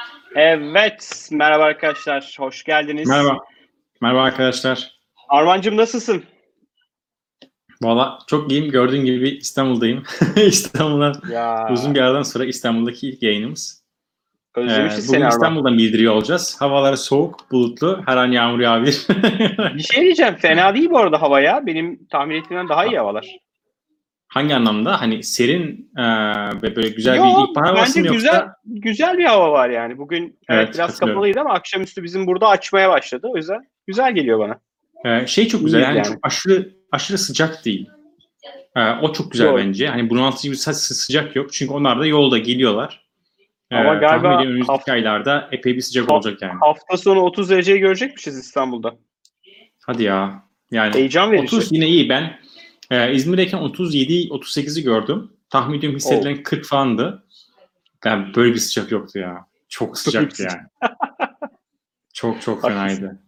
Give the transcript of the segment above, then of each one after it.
Evet, merhaba arkadaşlar, hoş geldiniz. Merhaba. Merhaba arkadaşlar. Armancığım nasılsın? Valla çok iyiyim. Gördüğün gibi İstanbul'dayım. İstanbul'dan Ya, uzun bir aradan sonra İstanbul'daki ilk yayınımız. özlemişiz seni Bugün Arman. İstanbul'dan bildiriyor olacağız. Havaları soğuk, bulutlu. Her an yağmur yağabilir. Bir şey diyeceğim, fena değil bu arada hava ya. Benim tahmin ettiğimden daha iyi havalar. Hangi anlamda? Hani serin ve böyle güzel bir Yo, ilkbahar havası bence mı güzel yoksa? güzel bir hava var yani. Bugün evet Evet, biraz katılıyorum. kapalıydı ama akşamüstü bizim burada açmaya başladı. O yüzden güzel geliyor bana. Şey çok güzel. İyiyiz Yani yani. çok aşırı sıcak değil. O çok güzel Doğru. bence. Hani bunaltıcı bir sıcak yok. Çünkü onlar da yolda geliyorlar. Ama Tahmin galiba ediyorum önümüzdeki aylarda epey bir sıcak olacak yani. hafta sonu 30 dereceyi görecekmişiz İstanbul'da. Hadi ya. Yani Heyecan 30 verici. yine iyi. Ben İzmir'deyken 37-38'i gördüm. Tahmin ediyorum Oh. hissedilen 40 falandı. Yani böyle bir sıcak yoktu ya. Çok Böyle bir sıcaktı sıcak. yani. Çok çok Haklısın. fenaydı.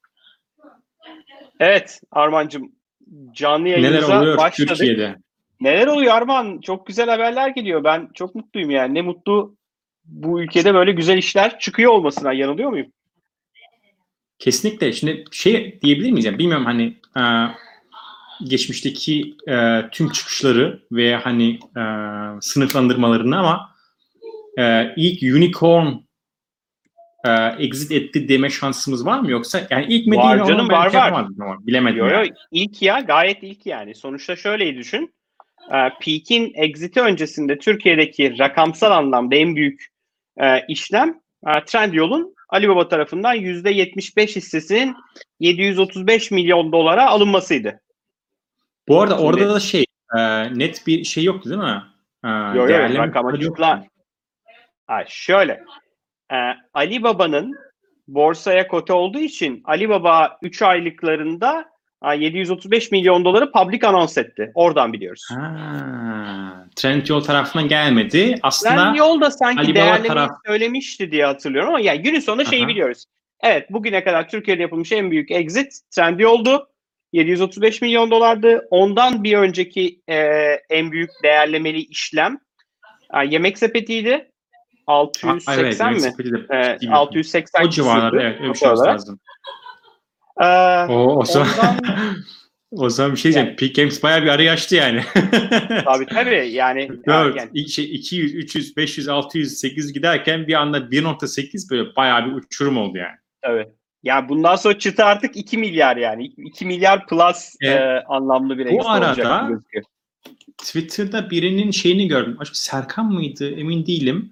Evet Armancığım, canlı Neler yayınımıza oluyor başladık. Türkiye'de? Neler oluyor Arman? Çok güzel haberler geliyor. Ben çok mutluyum yani. Ne mutlu bu ülkede böyle güzel işler çıkıyor olmasına. Yanılıyor muyum? Kesinlikle. Şimdi şey diyebilir miyiz? Yani bilmiyorum hani geçmişteki tüm çıkışları ve hani sınıflandırmalarını ama ilk unicorn exit etti deme şansımız var mı yoksa yani ilk mi değil Var mi onu canım, ben var şey var. yapamadım ama bilemedim Yo yo, yani. ilk ya, gayet ilk yani. Sonuçta şöyle düşün. Peak'in exit'i öncesinde Türkiye'deki rakamsal anlamda en büyük işlem Trendyol'un Alibaba tarafından %75 hissesinin 735 milyon dolara alınmasıydı. Bu arada orada Şimdi da net bir şey yoktu değil mi? yo yo, Değerleme rakam kurları yoktu. şöyle. Alibaba'nın borsaya kote olduğu için Alibaba 3 aylıklarında 735 milyon doları public anons etti. Oradan biliyoruz. Trendyol tarafından gelmedi. Aslında Trendyol sanki Alibaba değerlemeyi taraf. söylemişti diye hatırlıyorum ama yani günün sonunda şeyi Aha. biliyoruz. Evet, bugüne kadar Türkiye'de yapılmış en büyük exit Trendyol'du. 735 milyon dolardı. Ondan bir önceki en büyük değerlemeli işlem Yemek Sepeti'ydi. Evet, 680 Yemek mi? Sepeti de ciddi bir rakam. 680 O civarlarda küsürdü evet öyle bir total şey olması olarak. lazım. Ee, O zaman ondan o zaman bir şey diyeceğim. yani Peak Games bayağı bir arayı açtı yani. tabii yani 4, yani 200, 300, 500, 600, 800 giderken bir anda 1.8 böyle bayağı bir uçurum oldu yani. tabii. Ya bundan sonra çıta artık 2 milyar yani. 2 milyar plus E, anlamlı bir Bu exit olacak gibi arada gözüküyor. Twitter'da birinin şeyini gördüm. Açık Serkan mıydı? Emin değilim.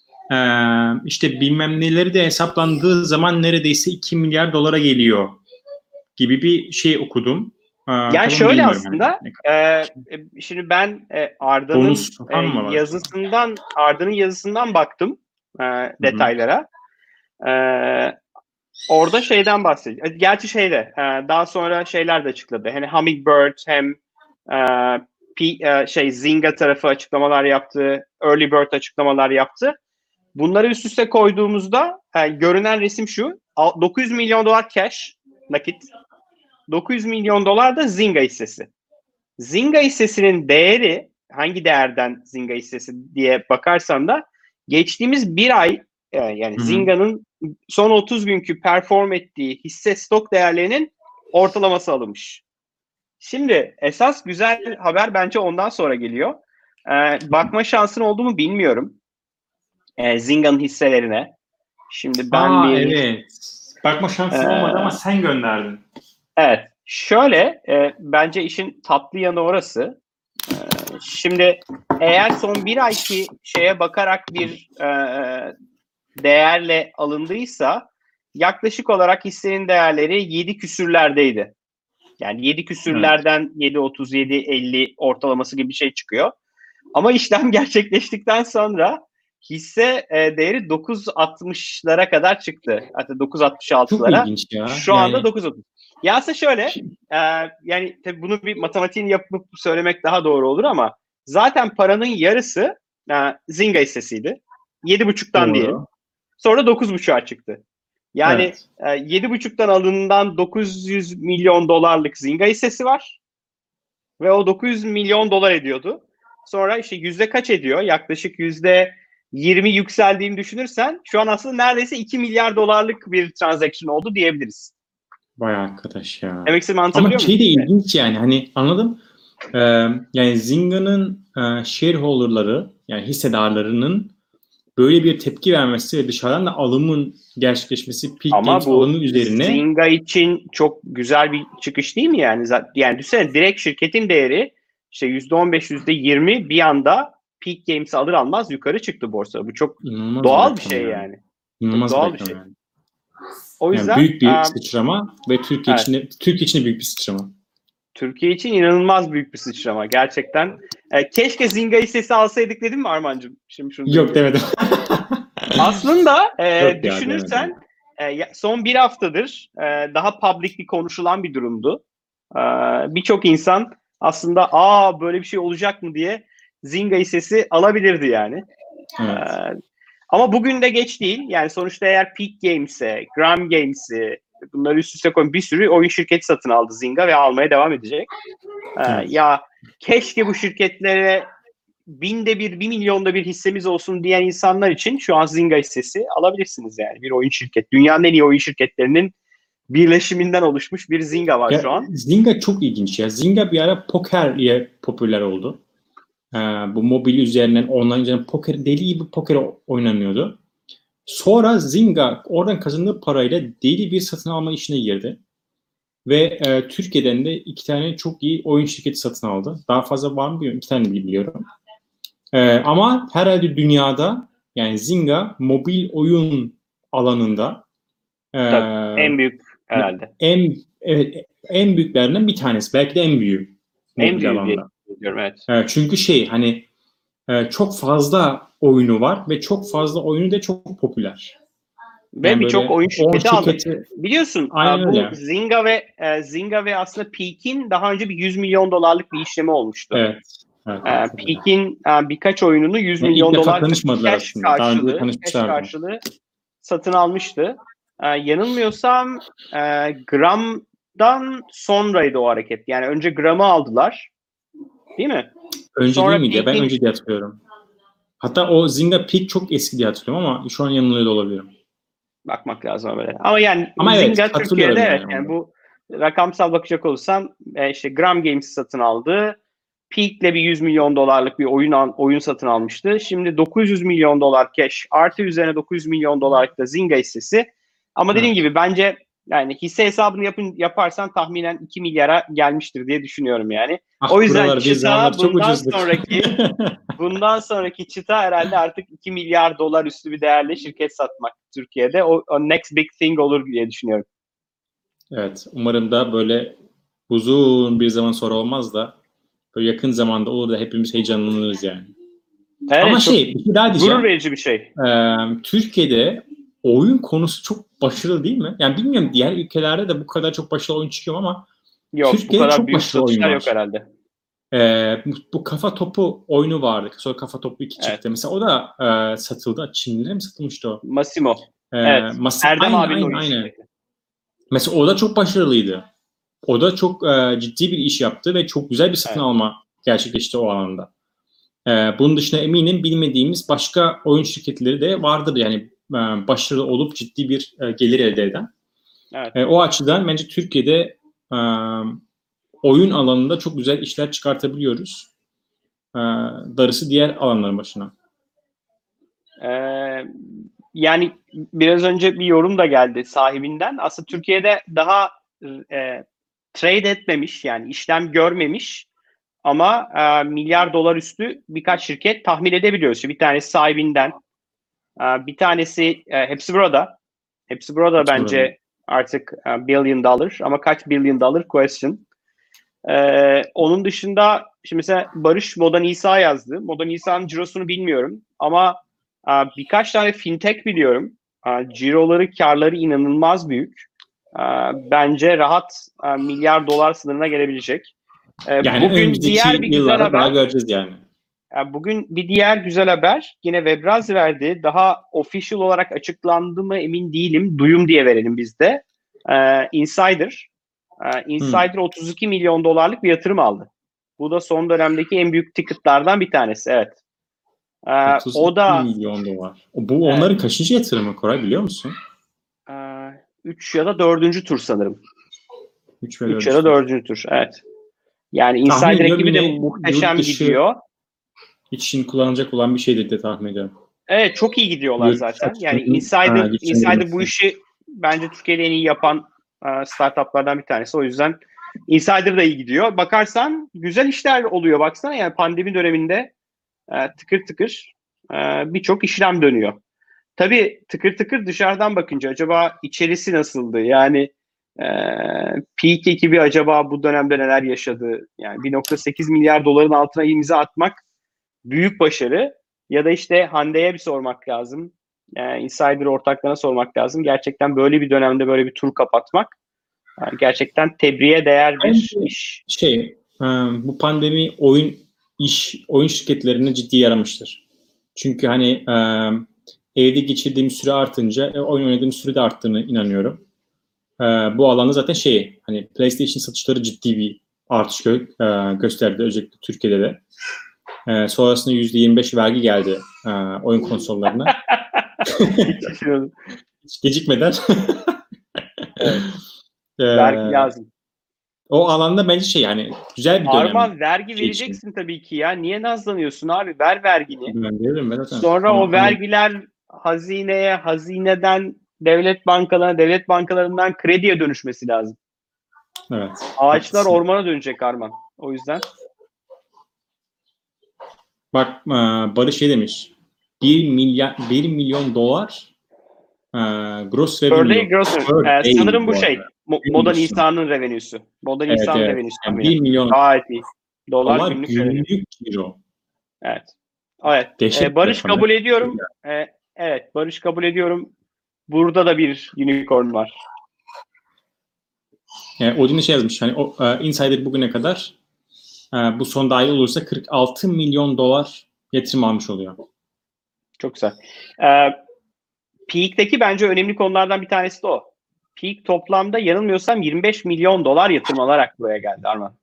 İşte bilmem neleri de hesaplandığı zaman neredeyse 2 milyar dolara geliyor gibi bir şey okudum. Yani Tabii onu şöyle bilmiyorum hani aslında ne kadar. şimdi ben Bonus falan mı var acaba? Arda'nın yazısından baktım Hı-hı. detaylara. E, Orada şeyden bahsediyor. Gerçi daha sonra şeyler de açıkladı. Hani Hummingbird hem Zynga tarafı açıklamalar yaptı. Early Bird açıklamalar yaptı. Bunları üst üste koyduğumuzda görünen resim şu. 900 milyon dolar cash nakit. 900 milyon dolar da Zynga hissesi. Zynga hissesinin değeri, hangi değerden Zynga hissesi diye bakarsan da geçtiğimiz bir ay yani Hı-hı. Zynga'nın son 30 günkü perform ettiği hisse stok değerlerinin ortalaması alınmış. Şimdi esas güzel haber bence ondan sonra geliyor. Bakma şansın oldu mu bilmiyorum. Zynga'nın hisselerine. Şimdi ben bir Evet. Bakma şansım olmadı ama e, sen gönderdin. evet, şöyle bence işin tatlı yanı orası. Şimdi eğer son bir ayki şeye bakarak bir değerle alındıysa yaklaşık olarak hissenin değerleri 7 küsürlerdeydi. Yani 7 Evet. küsürlerden 7.30, 7.50 ortalaması gibi bir şey çıkıyor. Ama işlem gerçekleştikten sonra hisse değeri 9.60'lara kadar çıktı. Hatta Çok 9.66'lara. ilginç ya. Şu anda Yani 9.30. Ya ise şöyle, şimdi, yani tabii bunu bir matematiğini yapıp söylemek daha doğru olur ama zaten paranın yarısı Zynga hissesiydi. 7.5'tan diyelim. doğru. Sonra 9.5'a çıktı. Yani Evet. 7.5'tan alından 900 milyon dolarlık Zynga hissesi var. Ve o 900 milyon dolar ediyordu. Sonra işte yüzde kaç ediyor? Yaklaşık yüzde 20 yükseldiğini düşünürsen şu an aslında neredeyse 2 milyar dolarlık bir transaction oldu diyebiliriz. Vay arkadaş ya. Demek istediğimi Ama anlatabiliyor şey muyum? de ilginç yani hani anladım. Yani Zynga'nın shareholder'ları yani hissedarlarının böyle bir tepki vermesi ve dışarıdan da alımın gerçekleşmesi Peak Ama Games bu alımı üzerine Zynga için çok güzel bir çıkış değil mi yani? Yani düşünsene direkt şirketin değeri işte %15, %20 bir anda Peak Games'i alır almaz yukarı çıktı borsa. Bu çok inanılmaz bir doğal bir rakam şey yani. yani. Çok İnanılmaz bir doğal bir rakam şey. yani. O Yani yüzden büyük bir sıçrama ve evet, Türkiye için de büyük bir sıçrama. Türkiye için inanılmaz büyük bir sıçrama gerçekten. Keşke Zynga hissesi alsaydık dedim mi Armancığım? Şimdi şunu Yok duyunca. demedim. Aslında Yok ya düşünürsen demedim. son bir haftadır daha publicly konuşulan bir durumdu. Birçok insan aslında böyle bir şey olacak mı diye Zynga hissesi alabilirdi yani. Evet. Ama bugün de geç değil. Yani sonuçta eğer Peak Games'e, Gram Games'i bunları üst üste koyun bir sürü oyun şirketi satın aldı Zynga ve almaya devam edecek. Evet. Ya keşke bu şirketlere binde bir, 1 milyonda bir hissemiz olsun diyen insanlar için şu an Zynga hissesi alabilirsiniz yani. Bir oyun şirket. Dünyanın en iyi oyun şirketlerinin birleşiminden oluşmuş bir Zynga var Ya, şu an. Zynga çok ilginç ya. Zynga bir ara poker diye popüler oldu. Bu mobil üzerinden, online üzerinden poker, deli gibi poker oynanıyordu. Sonra Zynga oradan kazandığı parayla deli bir satın alma işine girdi. Ve Türkiye'den de 2 tane çok iyi oyun şirketi satın aldı. Daha fazla var mı bilmiyorum. 2 tane biliyorum. Ama herhalde dünyada yani Zynga mobil oyun alanında Tabii. En büyük herhalde. en büyüklerinden bir tanesi. Belki de en büyüğü En mobil büyüğü diye alanda. diyorum evet. Çünkü hani çok fazla oyunu var ve çok fazla oyunu da çok popüler. Ve Yani birçok böyle oyun 10 şirketi aldı. şirketi Biliyorsun aynen bu öyle. Zynga ve aslında Peak'in daha önce bir 100 milyon dolarlık bir işlemi olmuştu. Evet. Evet, evet, evet. Peak'in birkaç oyununu 100 Yani ilk milyon defa dolar tanışmadılar cash aslında. Daha önce de tanışmışlardı. karşılığı satın almıştı. Yanılmıyorsam Gram'dan sonraydı o hareket. Yani önce Gram'ı aldılar. Değil mi? Önce değil Sonra miydi ya? Ben Peak'in önce diye hatırlıyorum. Hatta o Zynga Peak çok eski diye hatırlıyorum ama şu an yanılıyor da olabilirim. bakmak lazım böyle. Ama yani Ama evet Zynga Türkiye'de hatırlıyorum evet yani yani onu. bu rakamsal bakacak olursan işte Gram Games'i satın aldı. Peak'le bir 100 milyon dolarlık bir oyun satın almıştı. Şimdi 900 milyon dolar cash artı üzerine 900 milyon dolarlık da Zynga hissesi. Ama dediğim Evet. gibi bence yani hisse hesabını yaparsan tahminen 2 milyara gelmiştir diye düşünüyorum yani. Ah O yüzden buralar bir çıta zamanlar çok ucuzduk. bundan sonraki çıta herhalde artık 2 milyar dolar üstü bir değerli şirket satmak Türkiye'de. O next big thing olur diye düşünüyorum. Evet. Umarım da böyle uzun bir zaman sonra olmaz da böyle yakın zamanda olur da hepimiz heyecanlanırız yani. Ama Evet çok bir şey daha gurur diyeceğim. verici bir şey. Türkiye'de oyun konusu çok başarılı değil mi? Yani bilmiyorum diğer ülkelerde de bu kadar çok başarılı oyun çıkıyor ama Yok bu Türkiye'de kadar çok büyük başarılı oyun satışlar yok var. herhalde. Bu kafa topu oyunu vardı. Sonra kafa topu 2 Evet. çıktı. Mesela o da satıldı. Çinlilere mi satılmıştı o? Massimo. Evet. Erdem Aynen abinin aynen oyun aynen. şirketi. Mesela o da çok başarılıydı. O da çok ciddi bir iş yaptı ve çok güzel bir satın Evet. alma gerçekleşti o alanda. Bunun dışında eminim bilmediğimiz başka oyun şirketleri de vardır yani başarılı olup ciddi bir gelir elde eden. Evet. O açıdan bence Türkiye'de oyun alanında çok güzel işler çıkartabiliyoruz. Darısı diğer alanların başına. Yani biraz önce bir yorum da geldi sahibinden. Aslında Türkiye'de daha trade etmemiş yani işlem görmemiş ama milyar dolar üstü birkaç şirket tahmin edebiliyoruz. İşte bir tanesi sahibinden, bir tanesi hepsi burada. Hepsi burada Hepsi burada. bence artık billion dollar ama kaç billion dollar question. Onun dışında şimdi mesela Barış Moda Nisa yazdı. Moda Nisa'nın cirosunu bilmiyorum ama birkaç tane fintech biliyorum. Ciroları, karları inanılmaz büyük. Bence rahat milyar dolar sınırına gelebilecek. Yani Bugün önümüzdeki diğer bir güzel yıllarda daha haber. göreceğiz yani. Bugün bir diğer güzel haber. Yine Webraz verdi. Daha official olarak açıklandı mı emin değilim. Duyum diye verelim biz de. Insider. Insider 32 milyon dolarlık bir yatırım aldı. Bu da son dönemdeki en büyük ticketlardan bir tanesi. Evet. O da milyon dolar. Bu onların kaçıncı yatırımı Koray, biliyor musun? 3 ya da 4. tur sanırım. 3 ve 3 ya da 4. tur. Evet. Yani Tahmin Insider ediyorum ekibi de yine muhteşem yurt dışı gidiyor. için kullanacak olan bir şeydir de tahmin ediyorum. Evet, çok iyi gidiyorlar zaten. Yani Insider bu işi bence Türkiye'de en iyi yapan startuplardan bir tanesi. O yüzden Insider da iyi gidiyor. Bakarsan güzel işler oluyor, baksana. Yani pandemi döneminde tıkır tıkır birçok işlem dönüyor. Tabii tıkır tıkır dışarıdan bakınca acaba içerisi nasıldı? Yani Peak ekibi acaba bu dönemde neler yaşadı? Yani 1.8 milyar doların altına imza atmak büyük başarı. Ya da işte Hande'ye bir sormak lazım. Insider ortaklarına sormak lazım. Gerçekten böyle bir dönemde böyle bir tur kapatmak gerçekten tebriğe değer bir iş. Bu pandemi oyun şirketlerine ciddi yaramıştır. Çünkü hani evde geçirdiğim süre artınca oyun oynadığım süre de arttığını inanıyorum. Bu alanda zaten hani PlayStation satışları ciddi bir artış gösterdi, özellikle Türkiye'de de. Sonrasında %25 vergi geldi oyun konsollarına. Hiç gecikmeden. Evet. Vergi lazım. O alanda bence yani güzel bir dönem. Arman, vergi vereceksin için. Tabii ki ya. Niye nazlanıyorsun abi? Ver vergini. Ben veririm ben zaten. Sonra o vergiler hazineye, hazineden devlet bankalarına, devlet bankalarından krediye dönüşmesi lazım. Evet. Ağaçlar haklısın. ormana dönecek Arman. O yüzden. Bak Barış demiş. 1 milyon dolar gross revenue. Sanırım bu Moda Nisan'ın revenue'su. Moda Nisan'ın revenue'su. Yani 1 milyon gayet iyi. Dolar günlük kilo. Evet. Evet. Barış kabul ediyorum. Evet, Barış kabul ediyorum. Burada da bir unicorn var. Odin yazmış. Hani Insider bugüne kadar bu son dahil olursa 46 milyon dolar yatırım almış oluyor. Çok güzel. Peak'teki bence önemli konulardan bir tanesi de o. Peak toplamda yanılmıyorsam 25 milyon dolar yatırım alarak buraya geldi Arman.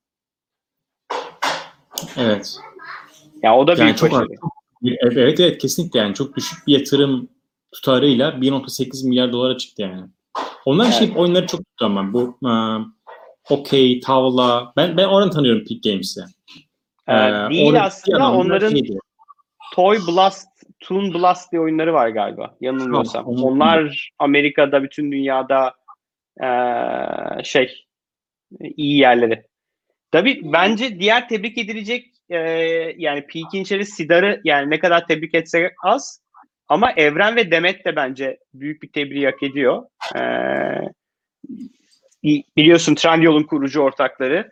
Evet. Ya o da büyük başarı. Evet kesinlikle, yani çok düşük bir yatırım tutarıyla 1.8 milyar dolara çıktı yani. Onlar oyunları çok tuttu ama bu okey, tavla. Ben oradan tanıyorum Peak Games'i. Değil aslında, onların Toy Blast, Toon Blast diye oyunları var galiba. Yanılmıyorsam. Onlar Amerika'da, bütün dünyada iyi yerleri. Tabii bence diğer tebrik edilecek yani Peak'in içerisinde Sidar'ı yani ne kadar tebrik etsek az, ama Evren ve Demet de bence büyük bir tebriği hak ediyor. Biliyorsun Trendyol'un kurucu ortakları.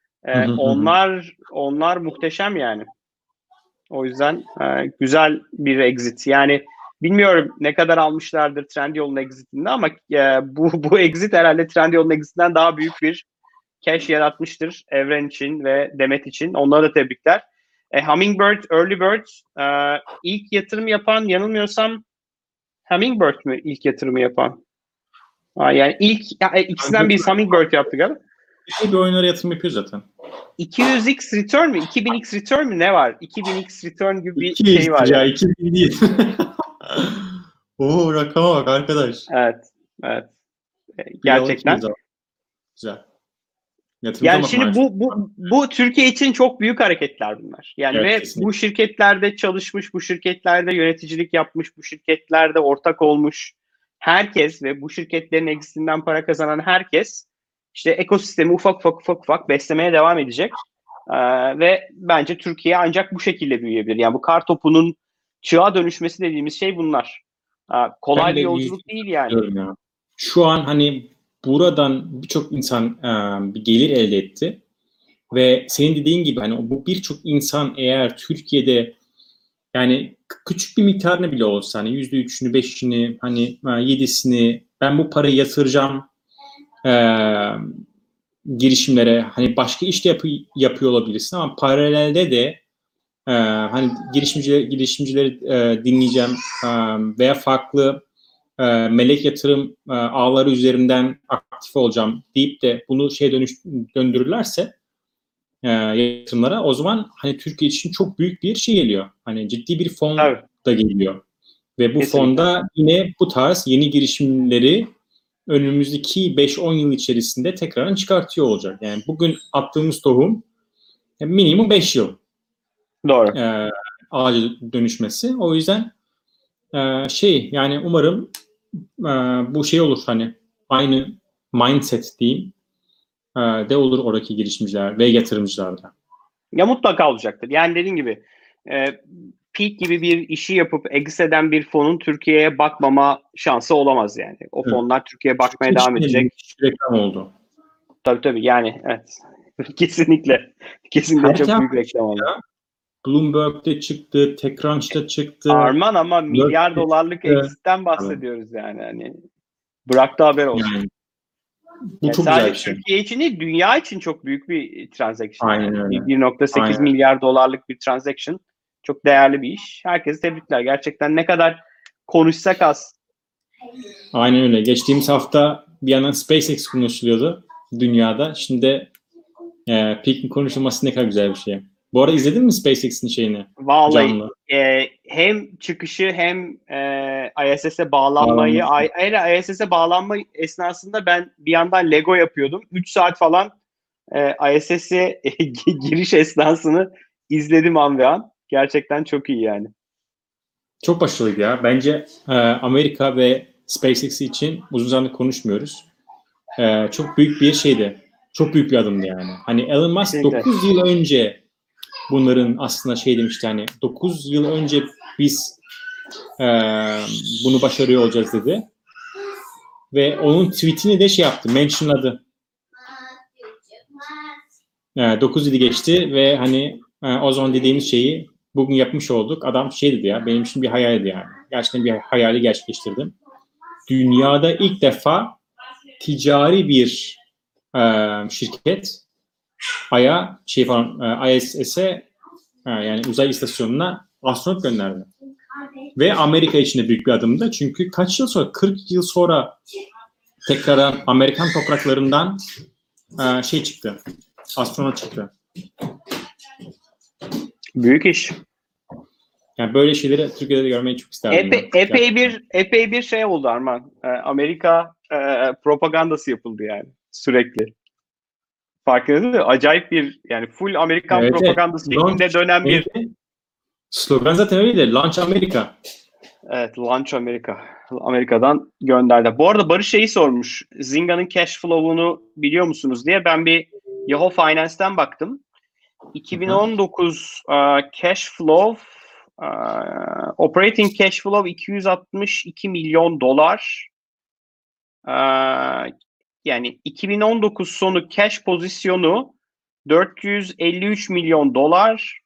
Onlar muhteşem yani. O yüzden güzel bir exit. Yani bilmiyorum ne kadar almışlardır Trendyol'un exit'inde, ama bu exit herhalde Trendyol'un exit'inden daha büyük bir cash yaratmıştır Evren için ve Demet için. Onlara da tebrikler. Hummingbird, Early Bird ilk yatırım yapan, yanılmıyorsam Hummingbird mü ilk yatırımı yapan? Yani ikisinden birisi Hummingbird yaptı galiba. Bir oyunlara yatırım yapıyor zaten. 200x return mü? 2000x return mü? Ne var? 2000x return gibi bir şey var ya. 2000 değil. Oo, rakama bak arkadaş. Evet. Gerçekten. Güzel. Yani şimdi bu Türkiye için çok büyük hareketler bunlar. Yani ve kesinlikle. Bu şirketlerde çalışmış, bu şirketlerde yöneticilik yapmış, bu şirketlerde ortak olmuş herkes ve bu şirketlerin exitinden para kazanan herkes işte ekosistemi ufak beslemeye devam edecek. Ve bence Türkiye ancak bu şekilde büyüyebilir. Yani bu kar topunun çığa dönüşmesi dediğimiz şey bunlar. Kolay bir yolculuk değil yani. Ya. Şu an hani buradan birçok insan bir gelir elde etti ve senin dediğin gibi hani bu birçok insan eğer Türkiye'de yani küçük bir miktarını bile olsa hani %3'ünü, 5'ini, hani 7'sini ben bu parayı yatıracağım girişimlere, hani başka iş de yapıyor olabilirsin ama paralelde de hani girişimcileri dinleyeceğim veya farklı melek yatırım ağları üzerinden aktif olacağım deyip de bunu döndürürlerse yatırımlara, o zaman hani Türkiye için çok büyük bir şey geliyor. Hani ciddi bir fon Evet. da geliyor. Ve bu Kesinlikle. fonda yine bu tarz yeni girişimleri önümüzdeki 5-10 yıl içerisinde tekrardan çıkartıyor olacak. Yani bugün attığımız tohum minimum 5 yıl Doğru. ağaca dönüşmesi. O yüzden yani umarım bu şey olur, hani aynı mindset diyeyim de olur oradaki girişimciler ve yatırımcılarda. Ya mutlaka olacaktır. Yani dediğim gibi Peak gibi bir işi yapıp exit eden bir fonun Türkiye'ye bakmama şansı olamaz yani. O Evet. fonlar Türkiye'ye bakmaya Türkiye devam için edecek. bir reklam oldu. Tabii yani evet. Kesinlikle. Kesinlikle Her çok yer büyük reklam oldu. Bloomberg'de çıktı, TechCrunch'ta çıktı. Arman ama milyar Bloomberg'de dolarlık çıktı. exit'ten bahsediyoruz yani. Hani bıraktı haber olsun. Yani bu Yani çok güzel sadece bir şey. Türkiye için değil, dünya için çok büyük bir transaction. Aynen Yani. öyle. 1.8 Aynen. milyar dolarlık bir transaction. Çok değerli bir iş. Herkese tebrikler. Gerçekten ne kadar konuşsak az. Aynen öyle. Geçtiğimiz hafta bir yandan SpaceX konuşuluyordu dünyada. Şimdi Peak'in konuşulması ne kadar güzel bir şey. Bu arada izledin mi SpaceX'in şeyini? Vallahi Canlı. hem çıkışı hem ISS'e bağlanmayı, Bağlanması. ayrıca ISS'e bağlanma esnasında ben bir yandan Lego yapıyordum. 3 saat falan ISS'e giriş esnasını izledim an ve an. Gerçekten çok iyi yani. Çok başarılıydı ya. Bence Amerika ve SpaceX için uzun zamandır konuşmuyoruz. Çok büyük bir şeydi. Çok büyük bir adımdı yani. Hani Elon Musk Kesinlikle. 9 yıl önce bunların aslında şey demişti, hani 9 yıl önce biz bunu başarıyor olacağız dedi. Ve onun tweetini de şey yaptı, mentionladı. 9 yıl geçti ve hani o zaman dediğimiz şeyi bugün yapmış olduk. Adam şey dedi ya, benim için bir hayaldi yani. Gerçekten bir hayali gerçekleştirdim. Dünyada ilk defa ticari bir şirket Ay'a ISS'e yani uzay istasyonuna astronot gönderdi. Ve Amerika için de büyük bir adımdı. Çünkü kaç yıl sonra, 40 yıl sonra tekrar Amerikan topraklarından şey çıktı. Astronot çıktı. Büyük iş. Yani böyle şeyleri Türkiye'de de görmeyi çok isterdim. Epey bir şey oldu Arman. Amerika propagandası yapıldı yani sürekli. Farkında değil mi? Acayip bir yani full Amerikan Evet, propagandası şeklinde dönen bir slogan zaten öyleydi. Launch America. evet, Launch America. Amerika'dan gönderdi. Bu arada Barış şeyi sormuş. Zynga'nın cash flow'unu biliyor musunuz diye. Ben bir Yahoo Finance'ten baktım. 2019 cash flow operating cash flow 262 milyon dolar. Yani 2019 sonu cash pozisyonu 453 milyon dolar.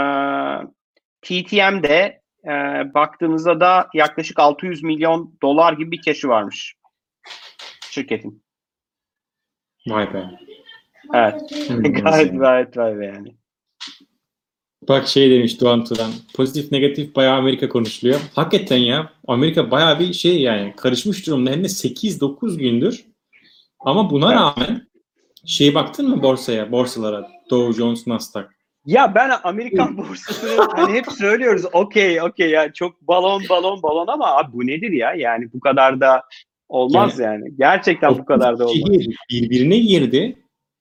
TTM'de baktığınızda da yaklaşık 600 milyon dolar gibi bir cash'ı varmış şirketin. Vay be. Evet. Gayet vay be yani. Bak şey demiş Doğan Turan. Pozitif negatif bayağı Amerika konuşuluyor. Hakikaten ya. Amerika bayağı bir şey yani karışmış durumda. Hem de 8-9 gündür. Ama buna rağmen baktın mı borsalara? Dow Jones, Nasdaq. Ya ben Amerikan borsasının hani hep söylüyoruz okey ya çok balon ama abi bu nedir ya? Yani bu kadar da olmaz yani. Gerçekten bu kadar da olmaz. Birbirine girdi.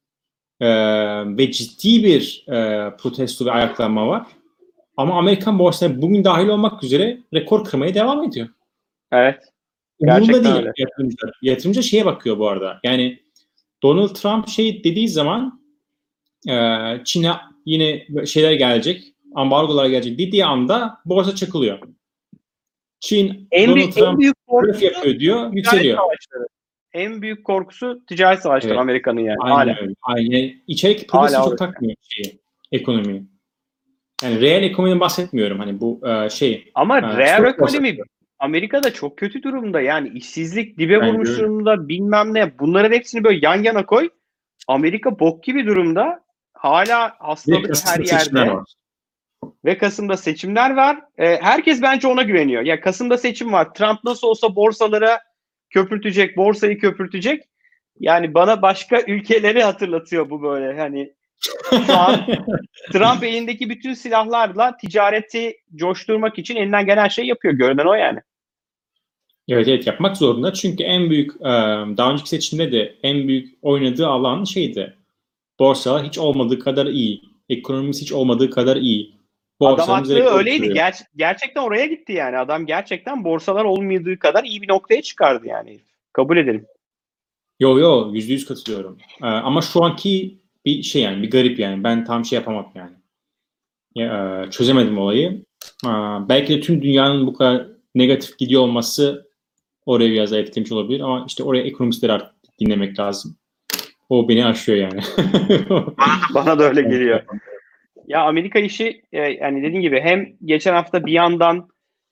Ve ciddi bir protesto ve ayaklanma var. Ama Amerikan borsasına bugün dahil olmak üzere rekor kırmaya devam ediyor. Evet. Umurunda Gerçekten değil öyle. yatırımcılar. Yatırımcı şeye bakıyor bu arada. Yani Donald Trump şey dediği zaman Çin'e yine şeyler gelecek, ambargolar gelecek dediği anda borsa çakılıyor. Çin Donald Trump büyük blöf yapıyor diyor, yükseliyor. En büyük korkusu ticaret savaşları Evet. Amerika'nın yani. Aynen Hala. öyle. Aynen. İçerik Hala politikası çok orası. takmıyor ekonomiyi. Yani reel ekonomiden bahsetmiyorum. Hani bu Ama real stok ekonomi Amerika'da çok kötü durumda. Yani işsizlik dibe bence vurmuş öyle. durumda bilmem ne. Bunların hepsini böyle yan yana koy. Amerika bok gibi durumda. Hala hastalık her yerde. Ve Kasım'da seçimler var. Herkes bence ona güveniyor. Ya Kasım'da seçim var. Trump nasıl olsa borsalara köpürtecek, borsayı köpürtecek. Yani bana başka ülkeleri hatırlatıyor bu böyle. Hani Şu an Trump elindeki bütün silahlarla ticareti coşturmak için elinden gelen şeyi yapıyor. Görünen o yani. Evet yapmak zorunda. Çünkü en büyük daha önceki seçimde de en büyük oynadığı alan şeydi. Borsalar hiç olmadığı kadar iyi. Ekonomisi hiç olmadığı kadar iyi. Adam Borsalarımız haklı rekor öyleydi. kırıyor. Gerçekten oraya gitti yani. Adam gerçekten borsalar olmadığı kadar iyi bir noktaya çıkardı yani. Kabul edelim. Yo %100 katılıyorum. Ama şu anki bir şey yani bir garip yani. Ben tam şey yapamam yani. Çözemedim olayı. Belki de tüm dünyanın bu kadar negatif gidiyor olması oraya biraz daha etkilemiş olabilir ama işte oraya ekonomistleri artık dinlemek lazım. O beni aşıyor yani. Bana da öyle geliyor. Ya Amerika işi yani dediğim gibi hem geçen hafta bir yandan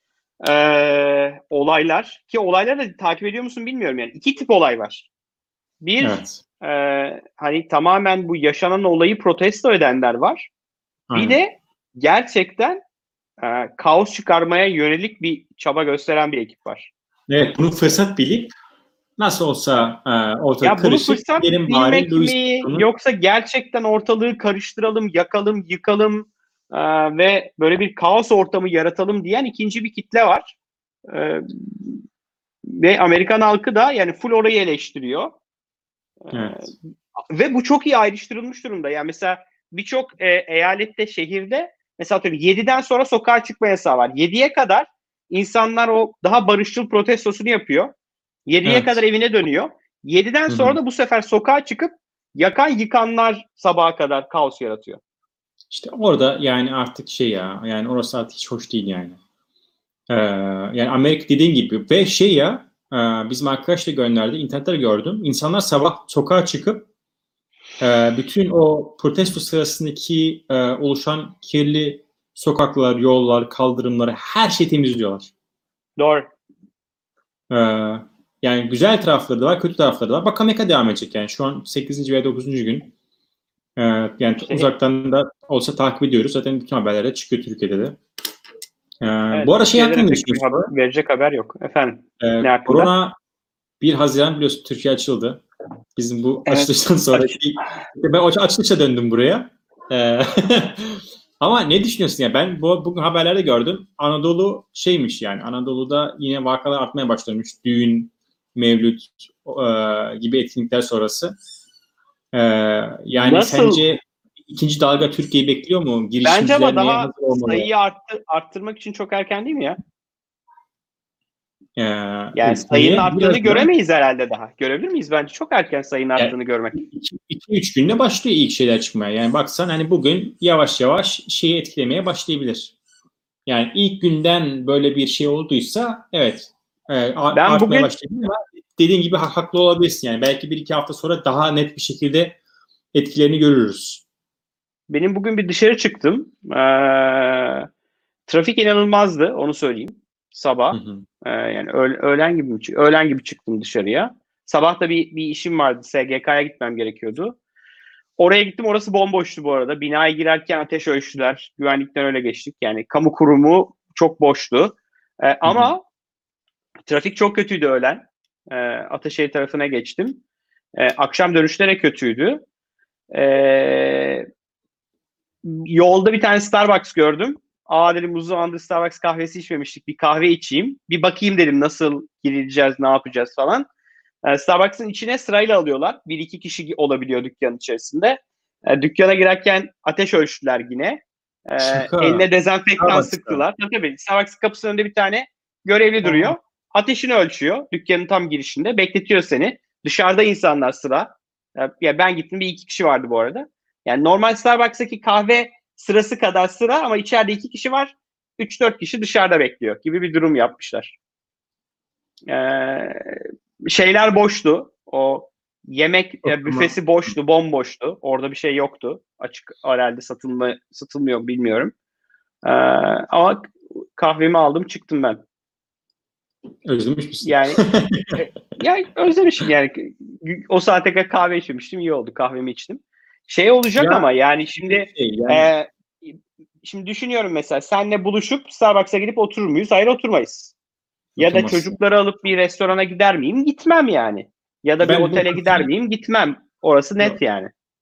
olaylar ki olayları da takip ediyor musun bilmiyorum yani. İki tip olay var. Bir Evet. hani tamamen bu yaşanan olayı protesto edenler var. Bir Aynen. de gerçekten kaos çıkarmaya yönelik bir çaba gösteren bir ekip var. Evet, bunu fırsat bilip nasıl olsa ortalık Ya bunu karışır. fırsat Gidelim bari bilmek Louis mi Vuitton'un. yoksa gerçekten ortalığı karıştıralım, yakalım, yıkalım ve böyle bir kaos ortamı yaratalım diyen ikinci bir kitle var. E, Ve Amerikan halkı da yani full orayı eleştiriyor. Evet. Ve bu çok iyi ayrıştırılmış durumda. Yani mesela birçok eyalette, şehirde mesela 7'den sonra sokağa çıkma yasağı var. 7'ye kadar insanlar o daha barışçıl protestosunu yapıyor. 7'ye kadar Evet. evine dönüyor. 7'den Hı-hı. sonra da bu sefer sokağa çıkıp yakan yıkanlar sabaha kadar kaos yaratıyor. İşte orada yani artık şey ya yani orası artık hiç hoş değil yani. Yani Amerika dediğin gibi ve şey ya bizim arkadaş da gönderdi internette gördüm. İnsanlar sabah sokağa çıkıp bütün o protesto sırasındaki oluşan kirli sokaklar, yollar, kaldırımları her şeyi temizliyorlar. Doğru. Ee, Yani güzel tarafları da var, kötü tarafları da var. Bakalım ne kadar devam edecek yani. Şu an 8. veya 9. gün. Yani İşte, uzaktan da olsa takip ediyoruz. Zaten bütün haberlerde çıkıyor Türkiye'de de. evet, Bu arada şey Türkiye'de de hakkında ne pek bir düşünüyorsun? verecek haber yok. Efendim, ne hakkında? Korona 1 Haziran biliyorsun Türkiye açıldı. Bizim bu Evet. açılıştan sonraki ben açılışa döndüm buraya. Ee, Ama ne düşünüyorsun ya? Ben bugün haberlerde gördüm. Anadolu şeymiş yani. Anadolu'da yine vakalar artmaya başlamış. Düğün, mevlüt gibi etkinlikler sonrası. Ee, Yani Nasıl? sence ikinci dalga Türkiye'yi bekliyor mu? Bence ama Girişimciler neye daha hazır olmalı? sayıyı arttırmak için çok erken değil mi ya? Ee, Yani sayının Niye? arttığını Biraz da göremeyiz herhalde daha. Görebilir miyiz? Bence çok erken sayının yani arttığını görmek. 2-3 günde başlıyor ilk şeyler çıkmaya. Yani baksan hani bugün yavaş yavaş şeyi etkilemeye başlayabilir. Yani ilk günden böyle bir şey olduysa evet Ben artmaya bugün başlayabilir ama dediğin gibi haklı olabilirsin. Yani belki 1-2 hafta sonra daha net bir şekilde etkilerini görürüz. benim bugün bir dışarı çıktım. Trafik inanılmazdı, onu söyleyeyim. Hı Sabah. hı. Yani öğlen gibi çıktım dışarıya. Sabah da bir işim vardı. SGK'ya gitmem gerekiyordu. Oraya gittim. Orası bomboştu bu arada. Binaya girerken ateş ölçtüler. Güvenlikten öyle geçtik. Yani kamu kurumu çok boştu. Hı hı. Ama trafik çok kötüydü öğlen. Ataşehir tarafına geçtim. Akşam dönüşlere kötüydü. Ee, Yolda bir tane Starbucks gördüm. Aa dedim uzun zamandır Starbucks kahvesi içmemiştik. Bir kahve içeyim. Bir bakayım dedim nasıl gireceğiz, ne yapacağız falan. Starbucks'ın içine sırayla alıyorlar. Bir iki kişi olabiliyor dükkanın içerisinde. Dükkana girerken ateş ölçtüler yine. Şaka. Eline dezenfektan Starbucks'ta. sıktılar. Tabii Starbucks'ın kapısının önünde bir tane görevli Aa, duruyor. Ateşini ölçüyor dükkanın tam girişinde. Bekletiyor seni. Dışarıda insanlar sıra. Ya ben gittim bir iki kişi vardı bu arada. Yani normal Starbucks'taki kahve sırası kadar sıra ama içeride iki kişi var. 3-4 kişi dışarıda bekliyor gibi bir durum yapmışlar. Ee, Şeyler boştu. O yemek ama büfesi boştu, bomboştu. Orada bir şey yoktu. Açık herhalde satılmıyor bilmiyorum. Ama kahvemi aldım çıktım ben. özlemiş misin? Yani ya özlemişim yani o saate kadar kahve içmemiştim iyi oldu kahvemi içtim. Şey olacak Ya ama yani şimdi yani e, şimdi düşünüyorum mesela senle buluşup Starbucks'a gidip oturur muyuz? Hayır oturmayız. Ya da oturmazsın. çocukları alıp bir restorana gider miyim? Gitmem yani. Ya da bir Ben bu otele gider miyim? Gitmem. Orası net yok. yani.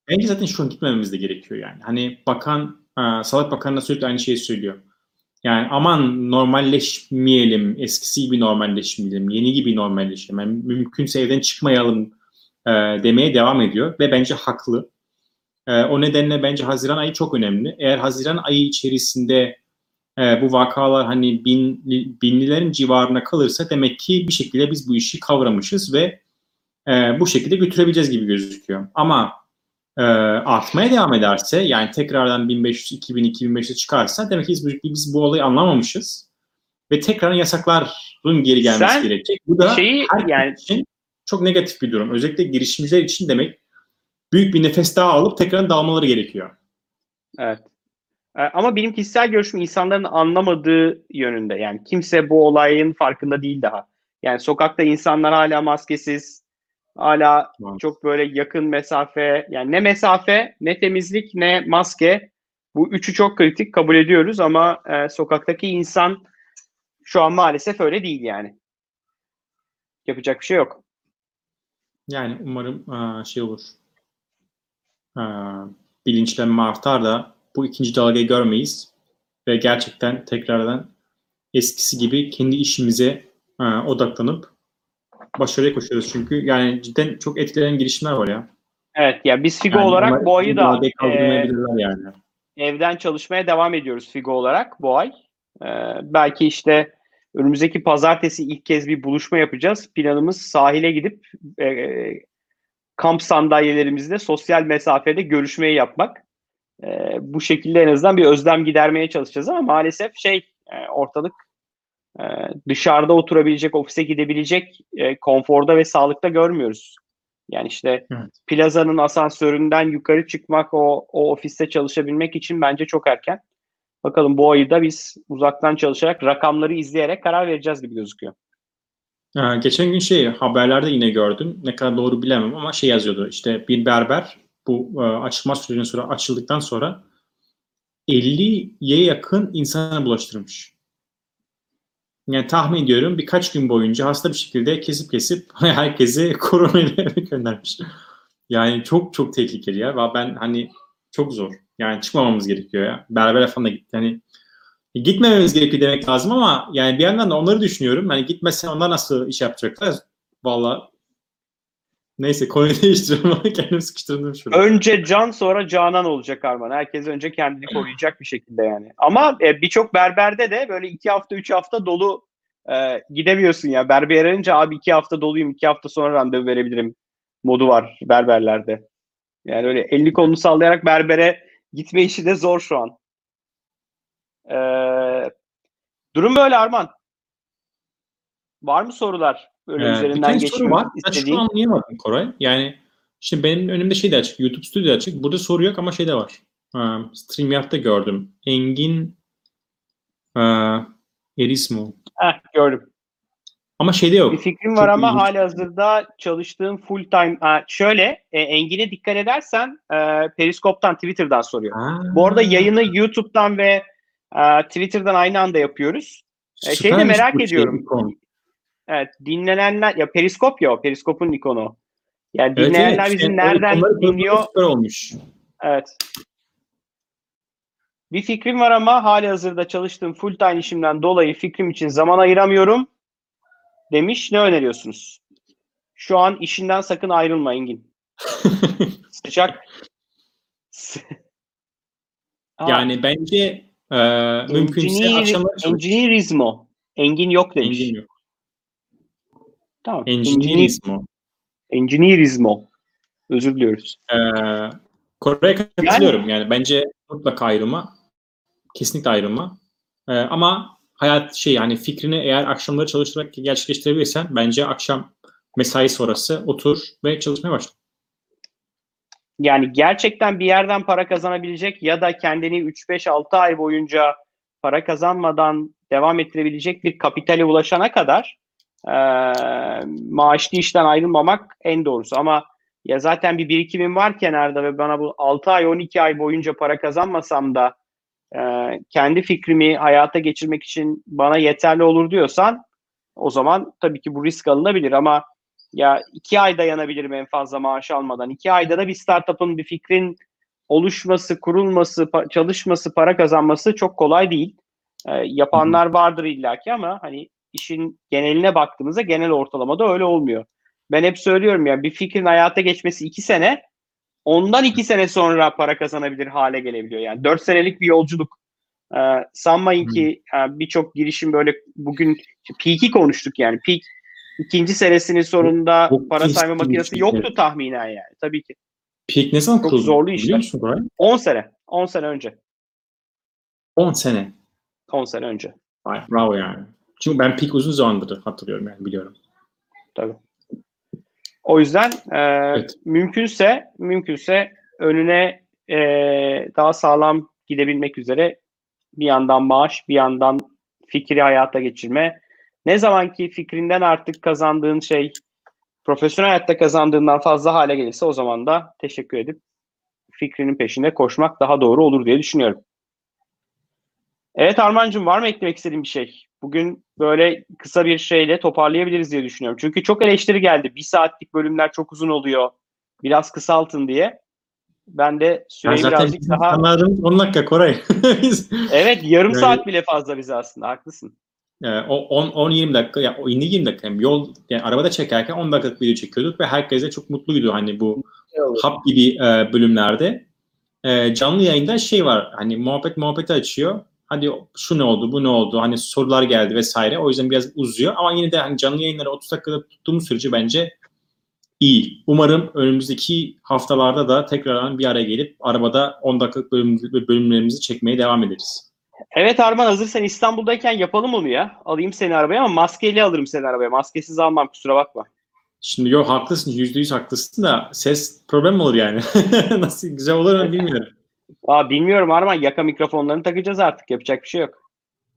Bence zaten şu an gitmememiz de gerekiyor yani. Hani Sağlık Bakanı da sürekli aynı şeyi söylüyor. Yani aman normalleşmeyelim, eskisi gibi normalleşmeyelim, yeni gibi normalleşelim. Yani mümkünse evden çıkmayalım demeye devam ediyor ve bence haklı. O nedenle bence Haziran ayı çok önemli. Eğer Haziran ayı içerisinde bu vakalar hani binlilerin civarına kalırsa demek ki bir şekilde biz bu işi kavramışız ve bu şekilde götürebileceğiz gibi gözüküyor. Ama artmaya devam ederse yani tekrardan 1500, 2000, 2500 çıkarsa demek ki biz bu olayı anlamamışız ve tekrar yasakların geri gelmesi gerekecek. Bu da herkes için çok negatif bir durum. Özellikle girişimciler için demek büyük bir nefes daha alıp tekrar dalmaları gerekiyor. Evet. Ama benim kişisel görüşüm insanların anlamadığı yönünde. Yani kimse bu olayın farkında değil daha. Yani sokakta insanlar hala maskesiz, hala çok böyle yakın mesafe, yani ne mesafe, ne temizlik, ne maske. Bu üçü çok kritik, kabul ediyoruz ama sokaktaki insan şu an maalesef öyle değil yani. Yapacak bir şey yok. Yani umarım şey olur. Bilinçlenme artar da bu ikinci dalgayı görmeyiz ve gerçekten tekrardan eskisi gibi kendi işimize odaklanıp başarıya koşuyoruz. Çünkü yani cidden çok etkilenen girişimler var ya. Evet, ya biz Figo Yani olarak bu ayı da kaldırmayabilirler yani. evden çalışmaya devam ediyoruz Figo olarak bu ay. Belki işte önümüzdeki pazartesi ilk kez bir buluşma yapacağız. Planımız sahile gidip kamp sandalyelerimizle sosyal mesafede görüşmeyi yapmak. Bu şekilde en azından bir özlem gidermeye çalışacağız ama maalesef ortalık dışarıda oturabilecek, ofise gidebilecek konforda ve sağlıkta görmüyoruz. Yani işte plazanın asansöründen yukarı çıkmak, o ofiste çalışabilmek için bence çok erken. Bakalım bu ayı da biz uzaktan çalışarak, rakamları izleyerek karar vereceğiz gibi gözüküyor. Geçen gün haberlerde yine gördüm. Ne kadar doğru bilemem ama yazıyordu. İşte bir berber bu açılma sürecinin sonra açıldıktan sonra 50'ye yakın insana bulaştırmış. Yani tahmin ediyorum birkaç gün boyunca hasta bir şekilde kesip herkese koronayla göndermiş. Yani çok çok tehlikeli ya. Ben hani çok zor. Yani çıkmamamız gerekiyor ya. Berbere falan da gitti. Hani gitmememiz gerekiyor demek lazım ama yani bir yandan da onları düşünüyorum. Hani gitmezsen onlar nasıl iş yapacaklar? Vallahi neyse konuyu değiştiriyorum ama kendimi sıkıştırdım şurada. Önce can sonra canan olacak Arman. Herkes önce kendini koruyacak bir şekilde yani. Ama birçok berberde de böyle 2 hafta 3 hafta dolu gidemiyorsun ya. Berbere arayınca abi 2 hafta doluyum, 2 hafta sonra randevu verebilirim modu var berberlerde. Yani öyle elini kolunu sallayarak berbere gitme işi de zor şu an. Durum böyle Arman. Var mı sorular? Böyle üzerinden bir tane geçmek soru var. Ben istediğin. şunu anlayamadım Koray. Yani şimdi benim önümde de açık. YouTube Studio açık. Burada soru yok ama de var. StreamYard'da gördüm. Engin Erismo. Gördüm. Ama yok. Bir fikrim var ama halihazırda çalıştığım full time. Engin'e dikkat edersen Periskop'tan, Twitter'dan soruyor. Bu arada yayını YouTube'dan ve Twitter'dan aynı anda yapıyoruz. De merak ediyorum. Evet, dinlenenler ya Periskop ya o Periskop'un ikonu. Yani dinleyenler bizi nereden dinliyor? Olmuş. Evet. Bir fikrim var ama halihazırda çalıştığım full time işimden dolayı fikrim için zaman ayıramıyorum demiş. Ne öneriyorsunuz? Şu an işinden sakın ayrılma Engin. Sıcak. Yani bence mümkünse akşamları çalış. Engineerismo. Engin yok demiş. Engin yok. Tamam. Engineerismo. Özür diliyoruz. Kore'ye katılıyorum. Yani bence mutlaka ayrılma. Kesinlikle ayrılma. Ama hayat hani fikrini eğer akşamları çalışarak gerçekleştirebilirsen bence akşam mesai sonrası otur ve çalışmaya başla. Yani gerçekten bir yerden para kazanabilecek ya da kendini 3-5-6 ay boyunca para kazanmadan devam ettirebilecek bir kapitale ulaşana kadar maaşlı işten ayrılmamak en doğrusu. Ama ya zaten bir birikimim var kenarda ve bana bu 6 ay 12 ay boyunca para kazanmasam da kendi fikrimi hayata geçirmek için bana yeterli olur diyorsan o zaman tabii ki bu risk alınabilir ama Ya 2 ay dayanabilirim en fazla maaş almadan. 2 ayda da bir startup'ın, bir fikrin oluşması, kurulması, çalışması, para kazanması çok kolay değil. Yapanlar vardır illaki ama hani işin geneline baktığımızda genel ortalamada öyle olmuyor. Ben hep söylüyorum ya, bir fikrin hayata geçmesi 2 sene, ondan 2 sene sonra para kazanabilir hale gelebiliyor. Yani 4 senelik bir yolculuk. Sanmayın ki birçok girişim böyle, bugün Peak'i konuştuk yani. Peak ikinci senesinin sonunda Çok para sayma riskli bir makinesi şey. yoktu tahminen yani. Tabii ki. Peak ne zaman Çok kuruldu? zorlu Biliyor işler. musun Koray? 10 sene. 10 sene önce. 10 sene. 10 sene önce. Vay, bravo yani. Çünkü ben Peak uzun zamandır hatırlıyorum yani, biliyorum. Tabii. O yüzden Evet. mümkünse önüne daha sağlam gidebilmek üzere bir yandan maaş, bir yandan fikri hayata geçirme. Ne zamanki fikrinden artık kazandığın şey profesyonel hayatta kazandığından fazla hale gelirse, o zaman da teşekkür edip fikrinin peşinde koşmak daha doğru olur diye düşünüyorum. Evet Armancığım, var mı eklemek istediğin bir şey? Bugün böyle kısa bir şeyle toparlayabiliriz diye düşünüyorum. Çünkü çok eleştiri geldi. 1 saatlik bölümler çok uzun oluyor, biraz kısaltın diye. Ben de Ya süreyi zaten birazcık bizim daha... standartımız 10 dakika Koray. Evet, yarım yani, saat bile fazla bize aslında. Haklısın. o 10-20 dakika ya, o 20 dakika yani yol, yani arabada çekerken 10 dakikalık video çekiyorduk ve herkes de çok mutluydu hani bu hap gibi bölümlerde. Canlı yayında şey var, hani muhabbeti açıyor. Hadi şu ne oldu, bu ne oldu, hani sorular geldi vesaire. O yüzden biraz uzuyor ama yine de hani canlı yayınları 30 dakikada tuttuğumuz sürece bence iyi. Umarım önümüzdeki haftalarda da tekrardan bir araya gelip arabada 10 dakikalık bölümlerimizi çekmeye devam ederiz. Evet Arman, hazırsan İstanbul'dayken yapalım onu ya. Alayım seni arabaya ama maskeyle alırım seni arabaya. Maskesiz almam, kusura bakma. Şimdi yok, haklısın, %100 haklısın da ses problem olur yani. Nasıl güzel olur mu bilmiyorum. Bilmiyorum Arman, yaka mikrofonlarını takacağız artık. Yapacak bir şey yok.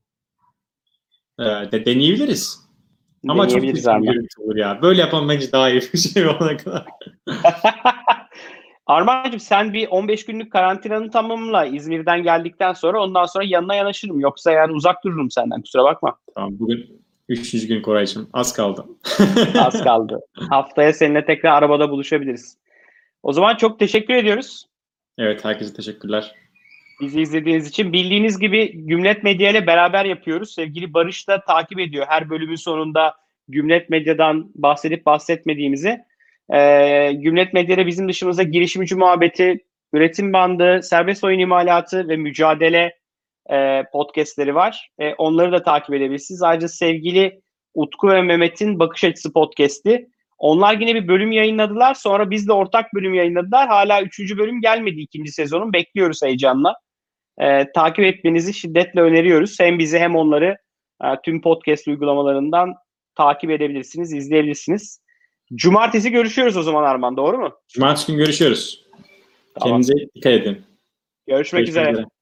Deneyebiliriz. Ama çok Deneyebiliriz kötü bir Arman. görüntü olur ya. Böyle yapalım bence, daha iyi bir şey olana kadar. Armancığım, sen bir 15 günlük karantinanı tamamla İzmir'den geldikten sonra, ondan sonra yanına yanaşırım. Yoksa yani uzak dururum senden, kusura bakma. Tamam, bugün 3. gün Koraycığım. Az kaldı. Az kaldı. Haftaya seninle tekrar arabada buluşabiliriz. O zaman çok teşekkür ediyoruz. Evet, herkese teşekkürler. Bizi izlediğiniz için. Bildiğiniz gibi Gümlet Medya ile beraber yapıyoruz. Sevgili Barış da takip ediyor her bölümün sonunda Gümlet Medya'dan bahsedip bahsetmediğimizi. Gümlet Medya'da bizim dışımızda girişimci muhabbeti, üretim bandı, serbest oyun imalatı ve mücadele podcastleri var. Onları da takip edebilirsiniz. Ayrıca sevgili Utku ve Mehmet'in Bakış Açısı podcast'i. Onlar yine bir bölüm yayınladılar. Sonra biz de ortak bölüm yayınladılar. Hala 3. bölüm gelmedi, 2. sezonun. Bekliyoruz heyecanla. Takip etmenizi şiddetle öneriyoruz. Hem bizi hem onları tüm podcast uygulamalarından takip edebilirsiniz, izleyebilirsiniz. Cumartesi görüşüyoruz o zaman Arman, doğru mu? Cumartesi günü görüşüyoruz. Tamam. Kendinize dikkat edin. Görüşmek üzere.